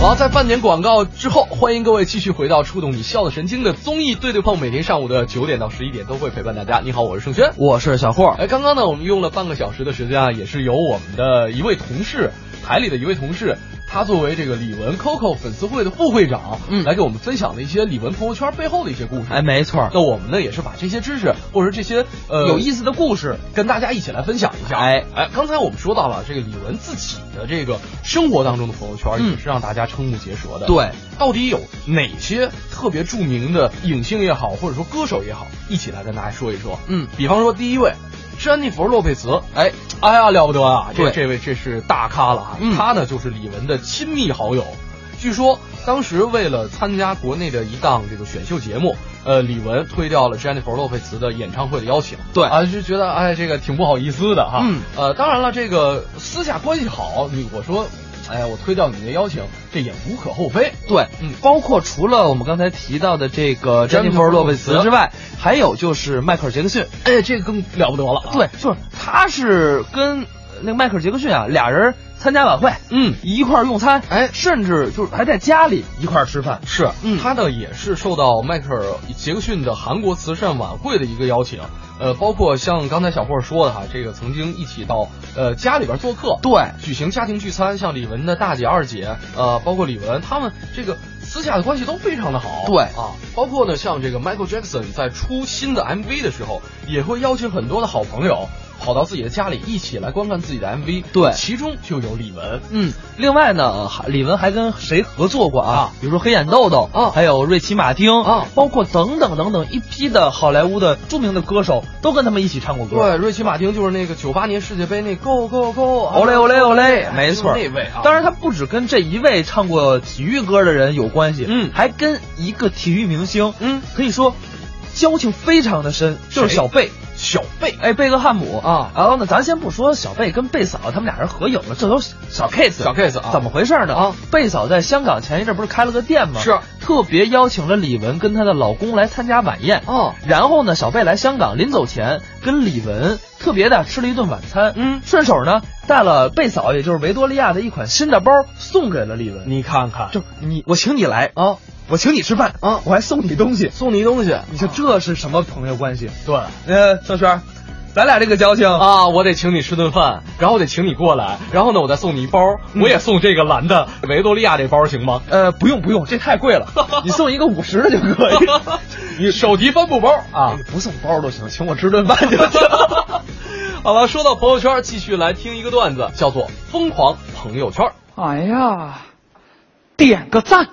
好，在半点广告之后，欢迎各位继续回到触动你笑的神经的综艺对对碰，每天上午的9点到11点都会陪伴大家。你好，我是盛轩， 我是小霍。 刚刚呢，我们用了半个小时的时间啊，也是由我们的一位同事，台里的一位同事，他作为这个李玟 Coco 粉丝会的副会长，来给我们分享了一些李玟朋友圈背后的一些故事。 哎，没错。 那我们呢，也是把这些知识或者这些有意思的故事跟大家一起来分享一下。刚才我们说到了这个李玟自己的这个生活当中的朋友圈，也是让大家瞠目结舌的。 对， 到底有哪些特别著名的影星也好，或者说歌手也好，一起来跟大家说一说。比方说第一位，詹妮弗·洛佩兹，哎呀，了不得啊！这位这是大咖了啊！他呢就是李玟的亲密好友。据说当时为了参加国内的一档这个选秀节目，李玟推掉了詹妮弗·洛佩兹的演唱会的邀请。 对啊，就觉得这个挺不好意思的哈。当然了，这个私下关系好，我说。我推掉你的邀请，这也无可厚非。 对，包括除了我们刚才提到的这个詹妮弗·洛佩兹之外，还有就是迈克尔·杰克逊。 这个更了不得了。 对，就是他是跟那个迈克尔·杰克逊啊，俩人参加晚会，一块用餐，甚至就是还在家里一块吃饭。 是，他呢也是受到迈克尔·杰克逊的韩国慈善晚会的一个邀请。包括像刚才小霍说的哈，这个曾经一起到家里边做客， 对， 举行家庭聚餐，像李玟的大姐、二姐，包括李玟他们这个私下的关系都非常的好。 对啊，包括呢像这个 Michael Jackson 在出新的 MV 的时候，也会邀请很多的好朋友跑到自己的家里一起来观看自己的 MV。 对， 其中就有李玟。 另外呢，李玟还跟谁合作过啊？比如说黑眼豆豆还有瑞奇马丁包括等等一批的好莱坞的著名的歌手都跟他们一起唱过歌。 对，瑞奇马丁就是那个98年世界杯那 Go Go Go， 欧嘞欧嘞欧嘞，没错， 那位啊。 当然，他不只跟这一位唱过体育歌的人有关系，还跟一个体育明星，可以说交情非常的深，就是小贝。贝克汉姆啊。然后呢，咱先不说小贝跟贝嫂他们俩人合影了，这都小 case 啊。 怎么回事呢？贝嫂在香港前一阵不是开了个店吗？ 是， 特别邀请了李玟跟她的老公来参加晚宴。然后呢，小贝来香港临走前跟李玟特别的吃了一顿晚餐。顺手呢带了贝嫂，也就是维多利亚的一款新的包送给了李玟。 你看看， 就我请你来啊。我请你吃饭啊，我还送你东西， 你说这是什么朋友关系？ 对， 郑轩，咱俩这个交情啊，我得请你吃顿饭，然后我得请你过来，然后呢，我再送你一包，我也送这个蓝的维多利亚这包行吗？ 不用，这太贵了，你送一个50的就可以。 你手提帆布包啊， 不送包都行，请我吃顿饭就行。 好了，说到朋友圈，继续来听一个段子，叫做《疯狂朋友圈》。 哎呀，点个赞。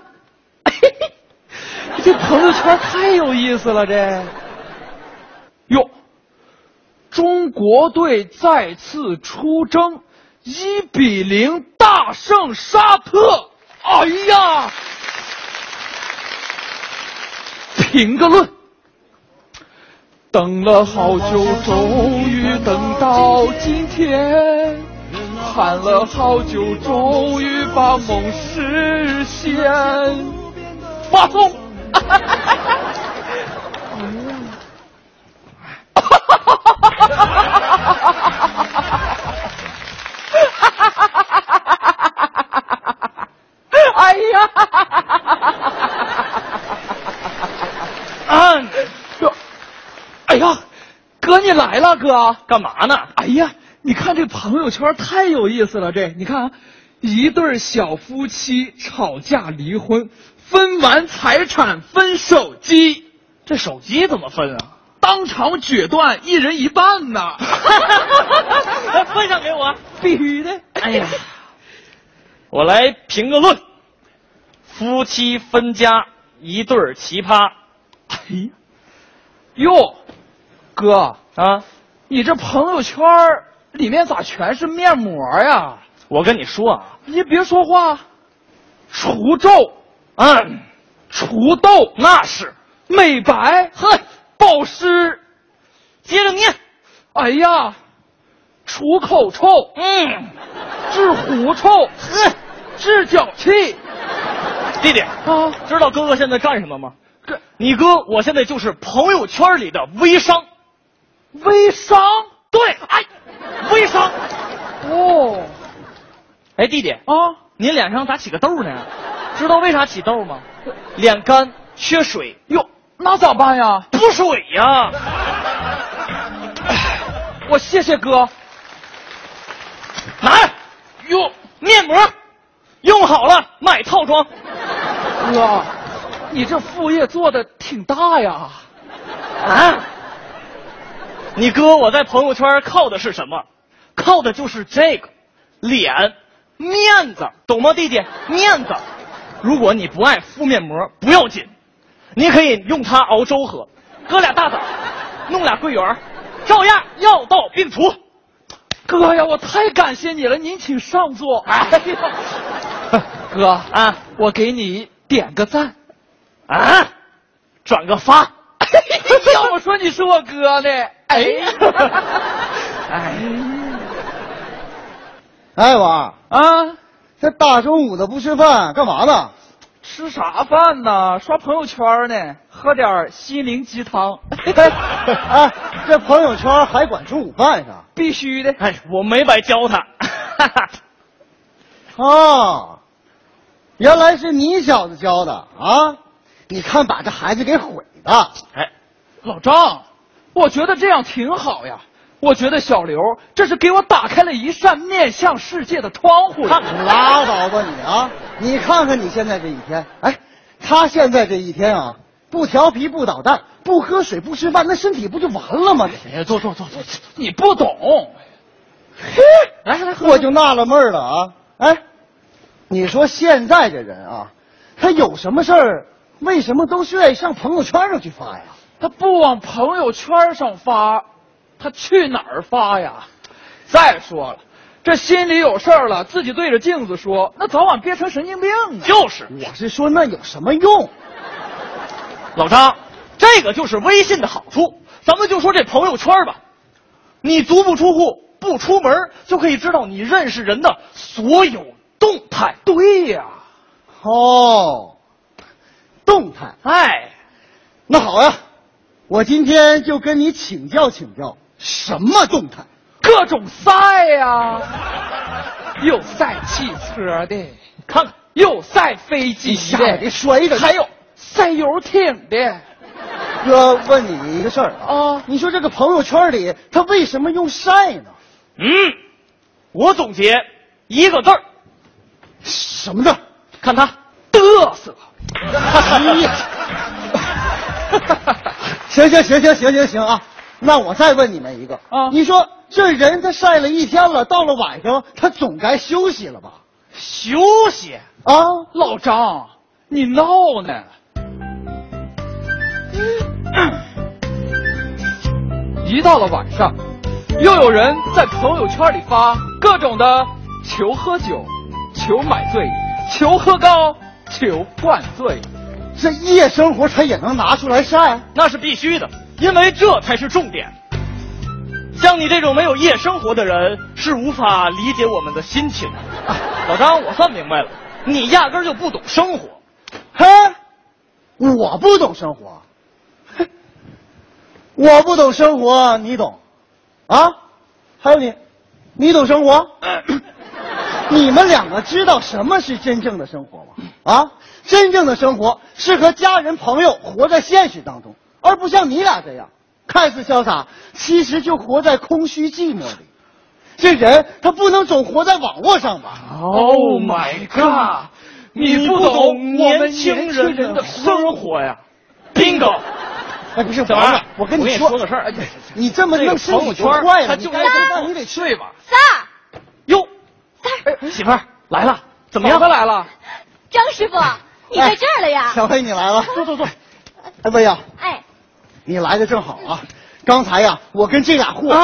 这朋友圈太有意思了，哟，中国队再次出征，1-0大胜沙特。哎呀，评个论，等了好久，终于等到今天，喊了好久，终于把梦实现。发送。哎呀！哎呀，哥你来了，哥干嘛呢？ 哎呀，你看这朋友圈太有意思了，你看啊，一对小夫妻吵架离婚。分完财产分手机， 这手机怎么分啊？ 当场决断，1人1半呢。 分上给我， 必须的。 哎呀，我来评个论：夫妻分家，一对奇葩。 哎呀，哟，哥啊， 你这朋友圈里面咋全是面膜呀？ 我跟你说啊， 你别说话，除皱。除痘那是， 美白保湿， 接着念。 哎呀，除口臭，治狐臭，治脚气。 弟弟啊，知道哥哥现在干什么吗？你哥我现在就是朋友圈里的微商。 微商？ 对，微商。 哦， 弟弟啊， 您脸上咋起个痘呢？ 知道为啥起痘吗？脸干缺水。 哟，那咋办呀？ 补水呀！ 我谢谢哥。 拿来。哟，面膜，用好了买套装。 哥，你这副业做的挺大呀。 啊！你哥我在朋友圈靠的是什么？靠的就是这个，脸，面子，懂吗，弟弟？面子。如果你不爱敷面膜，不要紧，你可以用它熬粥喝，搁俩大枣，弄俩桂圆，照样药到病除。 哥呀，我太感谢你了，您请上座。哎呀，哥啊，我给你点个赞， 啊，转个发。 要我说你是我哥呢。哎， 哎娃啊， 这大中午的不吃饭干嘛呢？ 吃啥饭呢？刷朋友圈呢，喝点心灵鸡汤。 哎，这朋友圈还管吃午饭是？ 必须的。 哎，我没白教他。 啊，原来是你小子教的啊！你看把这孩子给毁的。 哎，老张，我觉得这样挺好呀。我觉得小刘这是给我打开了一扇面向世界的窗户。 拉倒吧你啊！你看看你现在这一天，哎，他现在这一天啊，不调皮不捣蛋，不喝水不吃饭，那身体不就完了吗？ 哎，坐，你不懂。 嘿，来，我就纳了闷了啊！哎，你说现在这人啊，他有什么事儿，为什么都是愿意上朋友圈上去发呀？ 他不往朋友圈上发，他去哪儿发呀？再说了，这心里有事儿了，自己对着镜子说，那早晚憋成神经病啊。 就是， 我是说那有什么用？ 老张，这个就是微信的好处。咱们就说这朋友圈吧，你足不出户，不出门，就可以知道你认识人的所有动态。 对呀， 哦，动态。 哎， 那好呀，我今天就跟你请教请教，什么动态？ 各种赛呀，有赛汽车的， 看看， 有赛飞机的， 别摔着， 还有赛游艇的。 哥，问你一个事儿啊，你说这个朋友圈里他为什么用晒呢？ 我总结一个字儿， 什么字？ 看他嘚瑟。 行啊，那我再问你们一个啊，你说这人他晒了一天了，到了晚上他总该休息了吧？ 休息啊， 老张，你闹呢？一到了晚上，又有人在朋友圈里发各种的求喝酒、求买醉、求喝高、求灌醉。 这夜生活他也能拿出来晒？ 那是必须的，因为这才是重点。像你这种没有夜生活的人是无法理解我们的心情的。老张，我算明白了，你压根就不懂生活。 嘿，我不懂生活，我不懂生活，你懂啊？还有你懂生活？你们两个知道什么是真正的生活吗？啊，真正的生活是和家人朋友活在现实当中，而不像你俩这样看似潇洒，其实就活在空虚寂寞里。这人他不能总活在网络上吧 ？Oh my god！ 你不懂年轻人的生活呀 ！Bingo！ 哎，不是，我跟你说个事儿， 你这么弄身体就坏了，你该上当你得睡吧。 三儿， 哟，媳妇儿来了，怎么样？ 他来了。 张师傅，你在这儿了呀？ 小飞，你来了， 坐。 哎，薇娅， 哎， 你来的正好啊！刚才呀，我跟这俩货，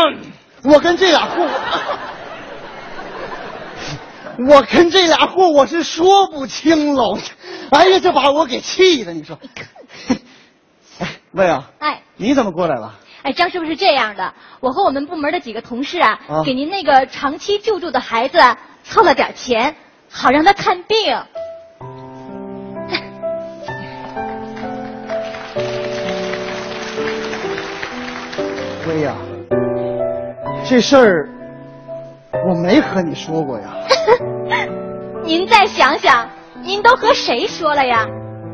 我是说不清喽。哎呀，这把我给气的，你说。哎，薇娅， 哎， 你怎么过来了？ 哎，张师傅是这样的，我和我们部门的几个同事啊，给您那个长期救助的孩子凑了点钱，好让他看病。 薇娅，这事儿我没和你说过呀。 您再想想， 您都和谁说了呀？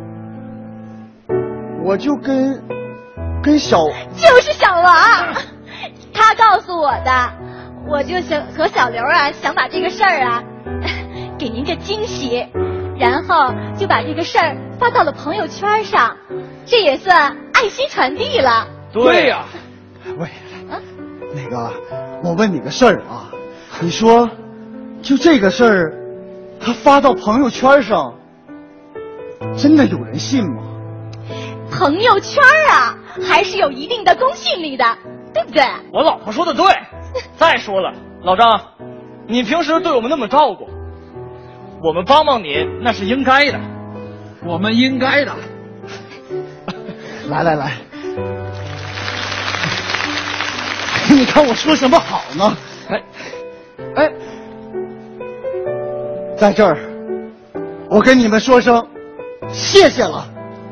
我就跟小， 就是小王，他告诉我的。我就想和小刘啊，想把这个事儿啊，给您个惊喜，然后就把这个事儿发到了朋友圈上，这也算爱心传递了。 对呀。 喂，那个，我问你个事儿啊，你说，就这个事儿，他发到朋友圈上，真的有人信吗？ 朋友圈啊，还是有一定的公信力的，对不对？ 我老婆说的对。再说了，老张，你平时对我们那么照顾，我们帮帮你那是应该的， 我们应该的。 来，你看我说什么好呢？哎，在这儿，我跟你们说声谢谢了。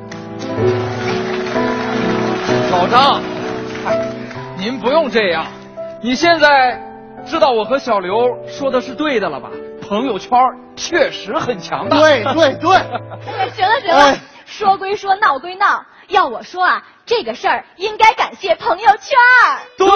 老张，您不用这样。你现在知道我和小刘说的是对的了吧？朋友圈确实很强大。 对。 行了，说归说，闹归闹，要我说啊，这个事儿应该感谢朋友圈。 对。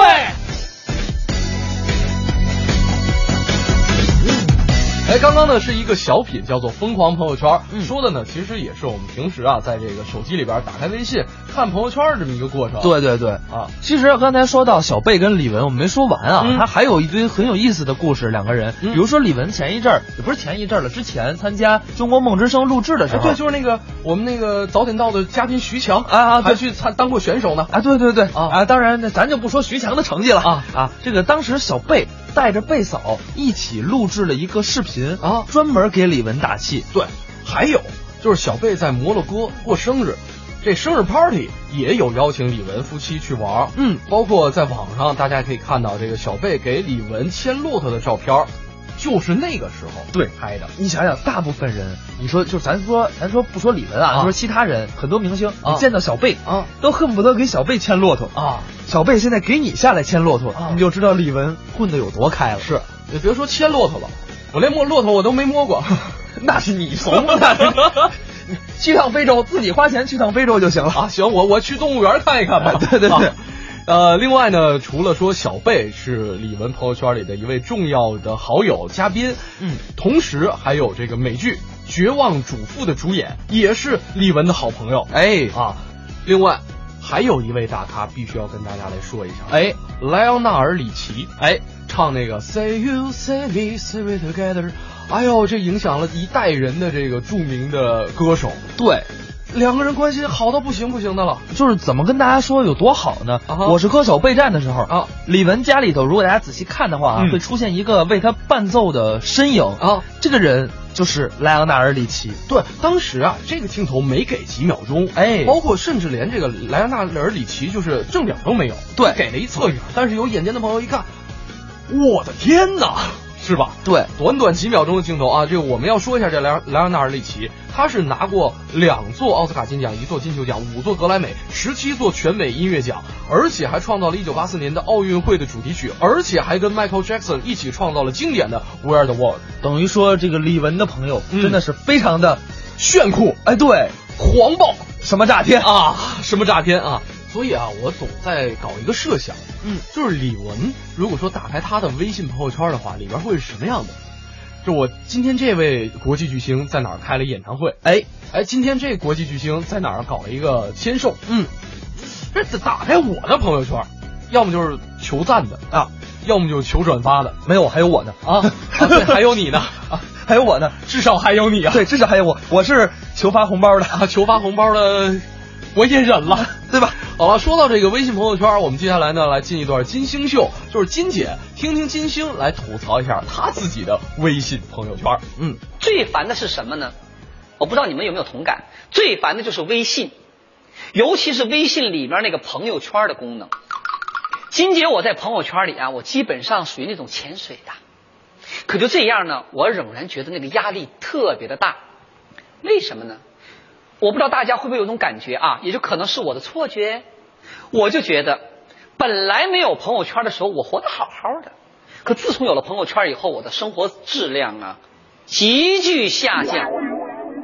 刚刚呢是一个小品，叫做《疯狂朋友圈》，说的呢其实也是我们平时啊，在这个手机里边打开微信看朋友圈这么一个过程。 对啊，其实刚才说到小贝跟李玟，我们没说完啊，他还有一堆很有意思的故事，两个人，比如说李玟前一阵儿，也不是前一阵了，之前参加《中国梦之声》录制的时候， 对，就是那个我们那个早点到的嘉宾徐强还去当过选手呢。 对当然咱就不说徐强的成绩了这个当时小贝带着贝嫂一起录制了一个视频专门给李玟打气。 对，还有就是小贝在摩洛哥过生日，这生日 party 也有邀请李玟夫妻去玩。包括在网上大家可以看到这个小贝给李玟牵骆驼的照片，就是那个时候拍的。 你想想，大部分人，你说就咱说不说李玟啊，说其他人，很多明星，你见到小贝都恨不得给小贝牵骆驼小贝现在给你下来牵骆驼你就知道李玟混得有多开了。 是，你别说牵骆驼了，我连骆驼我都没摸过。 那是你怂的。去趟非洲，自己花钱去趟非洲就行了行，我去动物园看一看吧。 对。 另外呢，除了说小贝是李玟朋友圈里的一位重要的好友嘉宾，同时还有这个美剧《绝望主妇》的主演也是李玟的好朋友。另外还有一位大咖必须要跟大家来说一下，莱昂纳尔·里奇，唱那个 Say You Say Me Say We Together， 哎呦，这影响了一代人的这个著名的歌手。 对。 两个人关系好到不行的了， 就是怎么跟大家说有多好呢？我是歌手备战的时候李玟家里头，如果大家仔细看的话会出现一个为他伴奏的身影这个人就是莱昂纳尔·里奇。 对，当时这个镜头没给几秒钟，包括甚至连这个莱昂纳尔·里奇就是正脸都没有， 对， 给了一侧影，但是有眼尖的朋友一看，我的天哪！是吧？ 对， 短短几秒钟的镜头这个我们要说一下这莱昂纳尔·里奇，他是拿过2座奥斯卡金奖、1座金球奖、5座格莱美、17座全美音乐奖，而且还创造了1984年的奥运会的主题曲，而且还跟 Michael Jackson 一起创造了经典的 We Are the World。 等于说这个李玟的朋友真的是非常的炫酷， 对， 狂暴， 什么炸天什么炸天所以我总在搞一个设想，就是李玟如果说打开他的微信朋友圈的话，里边会是什么样的？就我今天这位国际巨星在哪儿开了演唱会？今天这国际巨星在哪儿搞了一个签售？这打开我的朋友圈，要么就是求赞的要么就是求转发的。 没有，还有我呢对，还有你呢还有我呢， 至少还有你对，至少还有我是求发红包的求发红包的。我也忍了， 对吧？ 好了，说到这个微信朋友圈，我们接下来呢来进一段金星秀，就是金姐听听金星来吐槽一下她自己的微信朋友圈。 最烦的是什么呢？我不知道你们有没有同感，最烦的就是微信，尤其是微信里面那个朋友圈的功能。金姐我在朋友圈里我基本上属于那种潜水的，可就这样呢，我仍然觉得那个压力特别的大。为什么呢？我不知道大家会不会有种感觉也就可能是我的错觉。我就觉得本来没有朋友圈的时候我活得好好的，可自从有了朋友圈以后，我的生活质量急剧下降。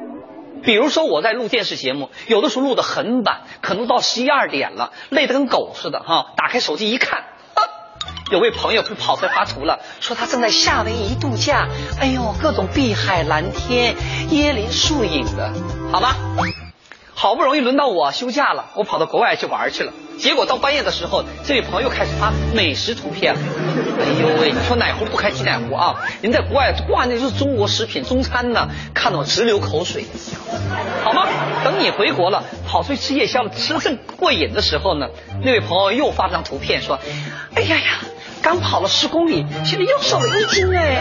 比如说我在录电视节目，有的时候录得很晚，可能到11、12点了，累得跟狗似的哈。打开手机一看，有位朋友就跑出来发图了，说他正在夏威夷度假，哎呦，各种碧海蓝天、椰林树影的，好吧。好不容易轮到我休假了，我跑到国外去玩去了。结果到半夜的时候，这位朋友开始发美食图片了。哎呦喂，你说哪壶不开提哪壶啊！人在国外挂那就是中国食品中餐呢，看得我直流口水。好吗？等你回国了，跑出去吃夜宵了，吃得正过瘾的时候呢，那位朋友又发张图片说：“哎呀呀，刚跑了10公里，现在又瘦了1斤哎。”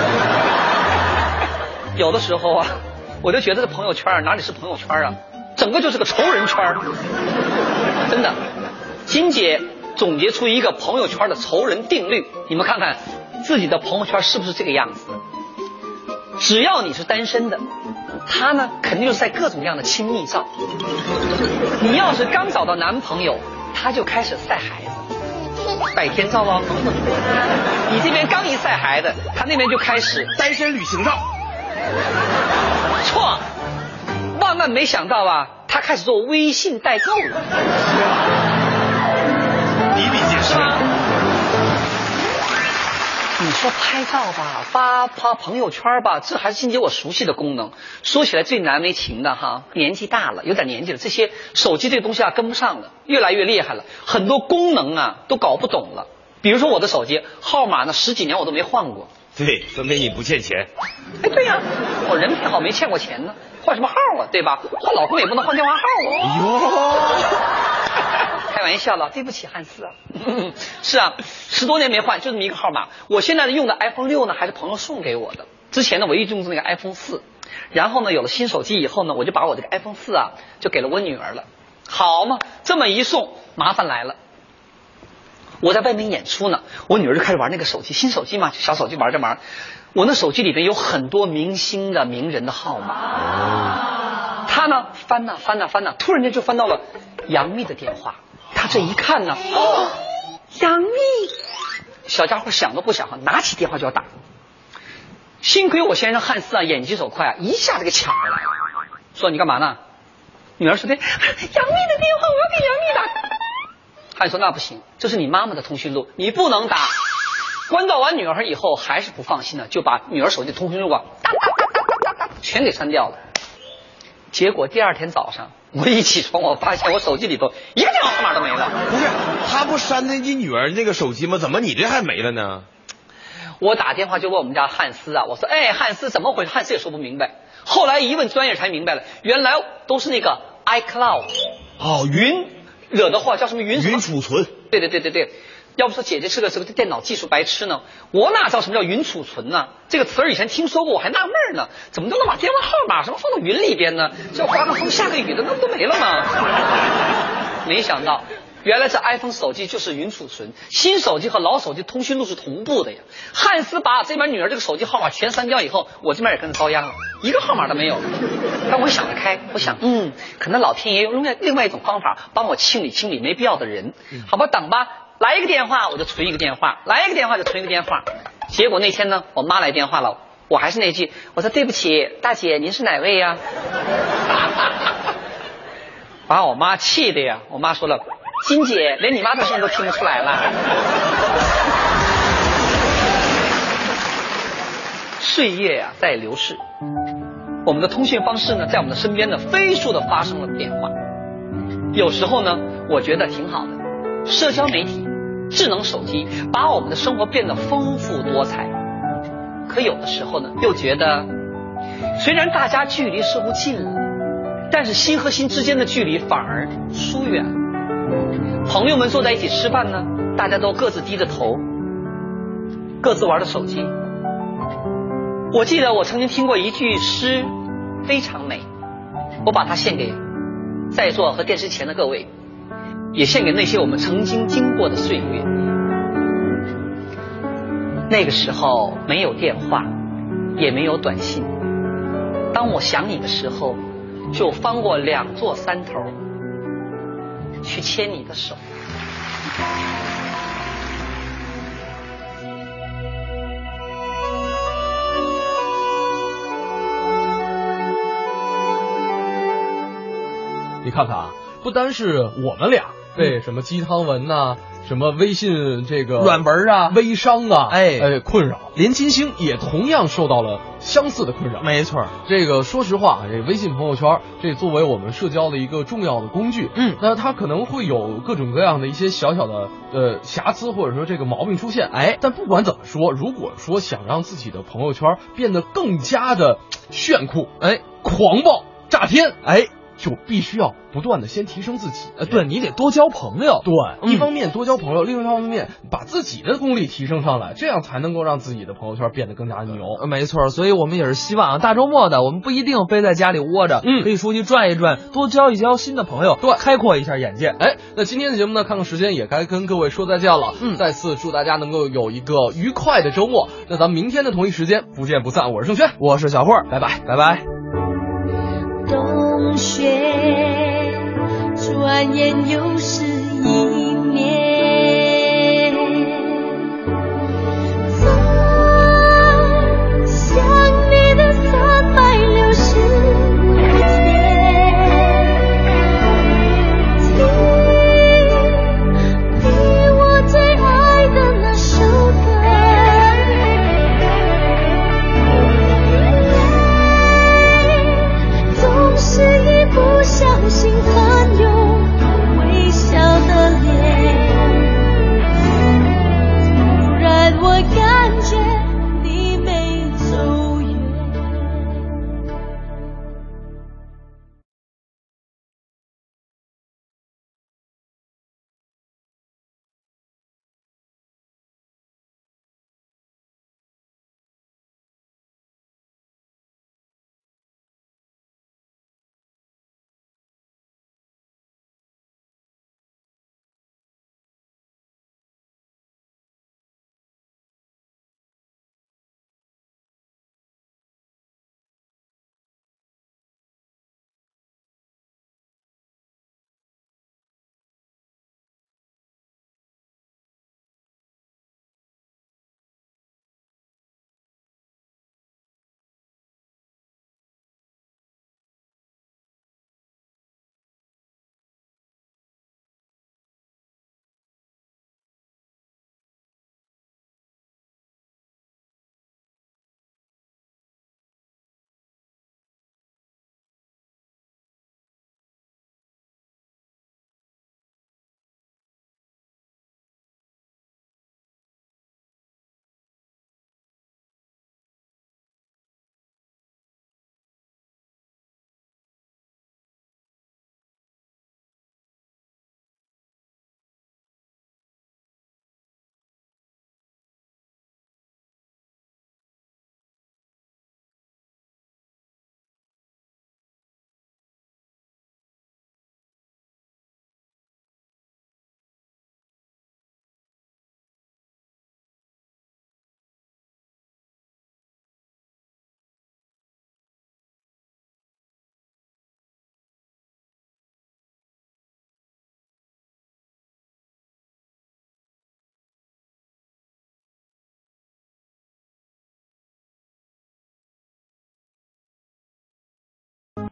有的时候啊，我就觉得这朋友圈哪里是朋友圈啊，整个就是个仇人圈。真的，金姐总结出一个朋友圈的仇人定律，你们看看自己的朋友圈是不是这个样子？只要你是单身的，他呢肯定就是在各种各样的亲密照。你要是刚找到男朋友，他就开始晒孩子，百天照啊等等。你这边刚一晒孩子，他那边就开始单身旅行照。 错，万万没想到啊，他开始做微信代购了。 比比皆是吗？你说拍照吧，发朋友圈吧，这还是金姐我熟悉的功能。说起来最难为情的哈，年纪大了，有点年纪了，这些手机这个东西啊跟不上了，越来越厉害了，很多功能啊都搞不懂了。比如说我的手机号码呢，10几年我都没换过。 对，说明你不欠钱。 哎，对呀，我人品好，没欠过钱呢，换什么号啊，对吧？换老公也不能换电话号啊。 哎呦，开玩笑了，对不起汉斯啊。是啊，10多年没换，就这么一个号码。我现在用的 iPhone 6呢，还是朋友送给我的。之前呢，我一直用那个 iPhone 4，然后呢，有了新手机以后呢，我就把我这个 iPhone 4啊，就给了我女儿了。好嘛，这么一送，麻烦来了。我在外面演出呢，我女儿就开始玩那个手机，新手机嘛，小手机玩着玩。我那手机里边有很多明星的名人的号码，她呢翻呐翻呐翻呐，突然间就翻到了杨幂的电话。她这一看呢，哦，杨幂，小家伙想都不想，拿起电话就要打。幸亏我先生汉斯啊眼疾手快啊，一下子给抢过来，说你干嘛呢？女儿说的，杨幂的电话，我要给杨幂打。汉说那不行，这是你妈妈的通讯录，你不能打。关照完女儿以后还是不放心呢，就把女儿手机通讯录啊全给删掉了。结果第2天早上我一起床，我发现我手机里头一个电话号码都没了。 不是，他不删的你女儿那个手机吗？怎么你这还没了呢？ 我打电话就问我们家汉斯啊，我说哎汉斯怎么回事？汉斯也说不明白。后来一问专业才明白了，原来都是那个 iCloud 哦， 云惹的祸，叫什么云储存。 对，要不说姐姐是个电脑技术白痴呢，我哪知道什么叫云储存呢？这个词儿以前听说过，我还纳闷呢，怎么就能把电话号码什么放到云里边呢？这刮个风下个雨的，那不都没了吗？没想到原来这 iPhone 手机就是云储存，新手机和老手机通讯录是同步的呀。汉斯把这边女儿这个手机号码全删掉以后，我这边也跟着遭殃了，一个号码都没有。但我想得开，我想可能老天爷用另外一种方法帮我清理没必要的人，好吧，等吧，来一个电话我就存一个电话，来一个电话就存一个电话。结果那天呢，我妈来电话了，我还是那句，我说对不起大姐，您是哪位呀？把我妈气的呀，我妈说了，金姐连你妈的声音都听不出来了。岁月呀在流逝，我们的通讯方式呢，在我们的身边呢飞速的发生了变化。有时候呢，我觉得挺好的，社交媒体、智能手机把我们的生活变得丰富多彩。可有的时候呢，又觉得虽然大家距离似乎近了，但是心和心之间的距离反而疏远。朋友们坐在一起吃饭呢，大家都各自低着头，各自玩着手机。我记得我曾经听过一句诗，非常美，我把它献给在座和电视前的各位，也献给那些我们曾经经过的岁月。那个时候没有电话，也没有短信，当我想你的时候，就翻过2座山头去牵你的手。 你看看啊，不单是我们俩被什么鸡汤文呐、什么微信这个软文啊、 微商啊，困扰， 连金星也同样受到了相似的困扰。 没错， 这个说实话，这微信朋友圈这作为我们社交的一个重要的工具，那它可能会有各种各样的一些小小的瑕疵或者说这个毛病出现，但不管怎么说，如果说想让自己的朋友圈变得更加的炫酷，狂暴炸天，就必须要不断的先提升自己。 对，你得多交朋友。 对，一方面多交朋友，另一方面把自己的功力提升上来，这样才能够让自己的朋友圈变得更加牛。 没错，所以我们也是希望大周末的，我们不一定非在家里窝着，可以出去转一转，多交一交新的朋友， 对， 开阔一下眼界。 那今天的节目呢，看看时间也该跟各位说再见了。再次祝大家能够有一个愉快的周末。那咱们明天的同一时间不见不散。我是盛轩， 我是小慧， 拜拜， 拜拜。 冬雪转眼又是